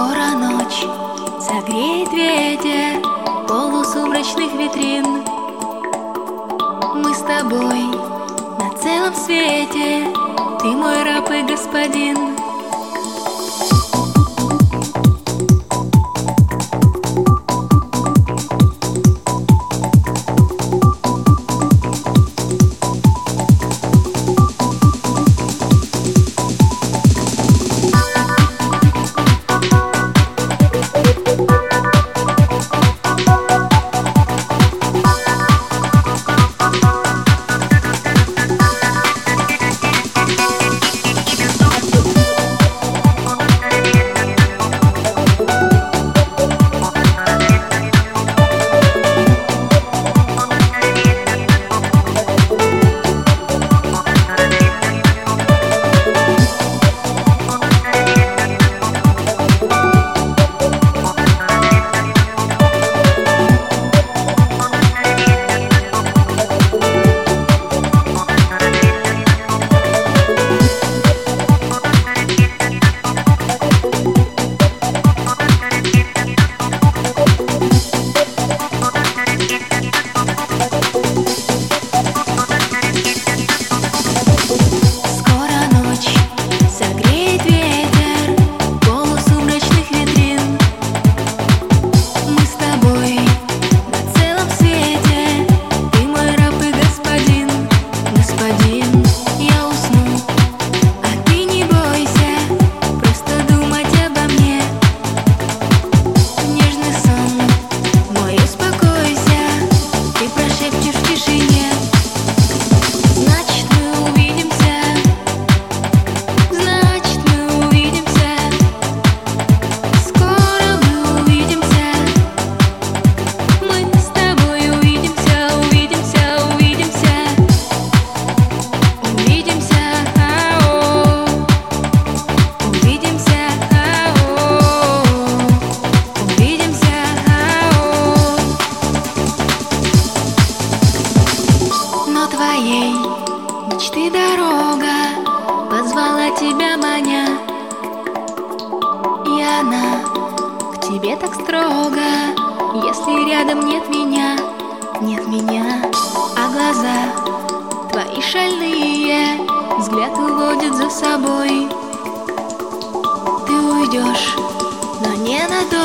Скоро ночь, согреет ветер полусумрачных витрин. Мы с тобой на целом свете, ты мой раб и господин. Твоей мечты дорога позвала тебя, маня, и она к тебе так строго, если рядом нет меня, а глаза твои шальные взгляд уводит за собой. Ты уйдешь, но ненадолго.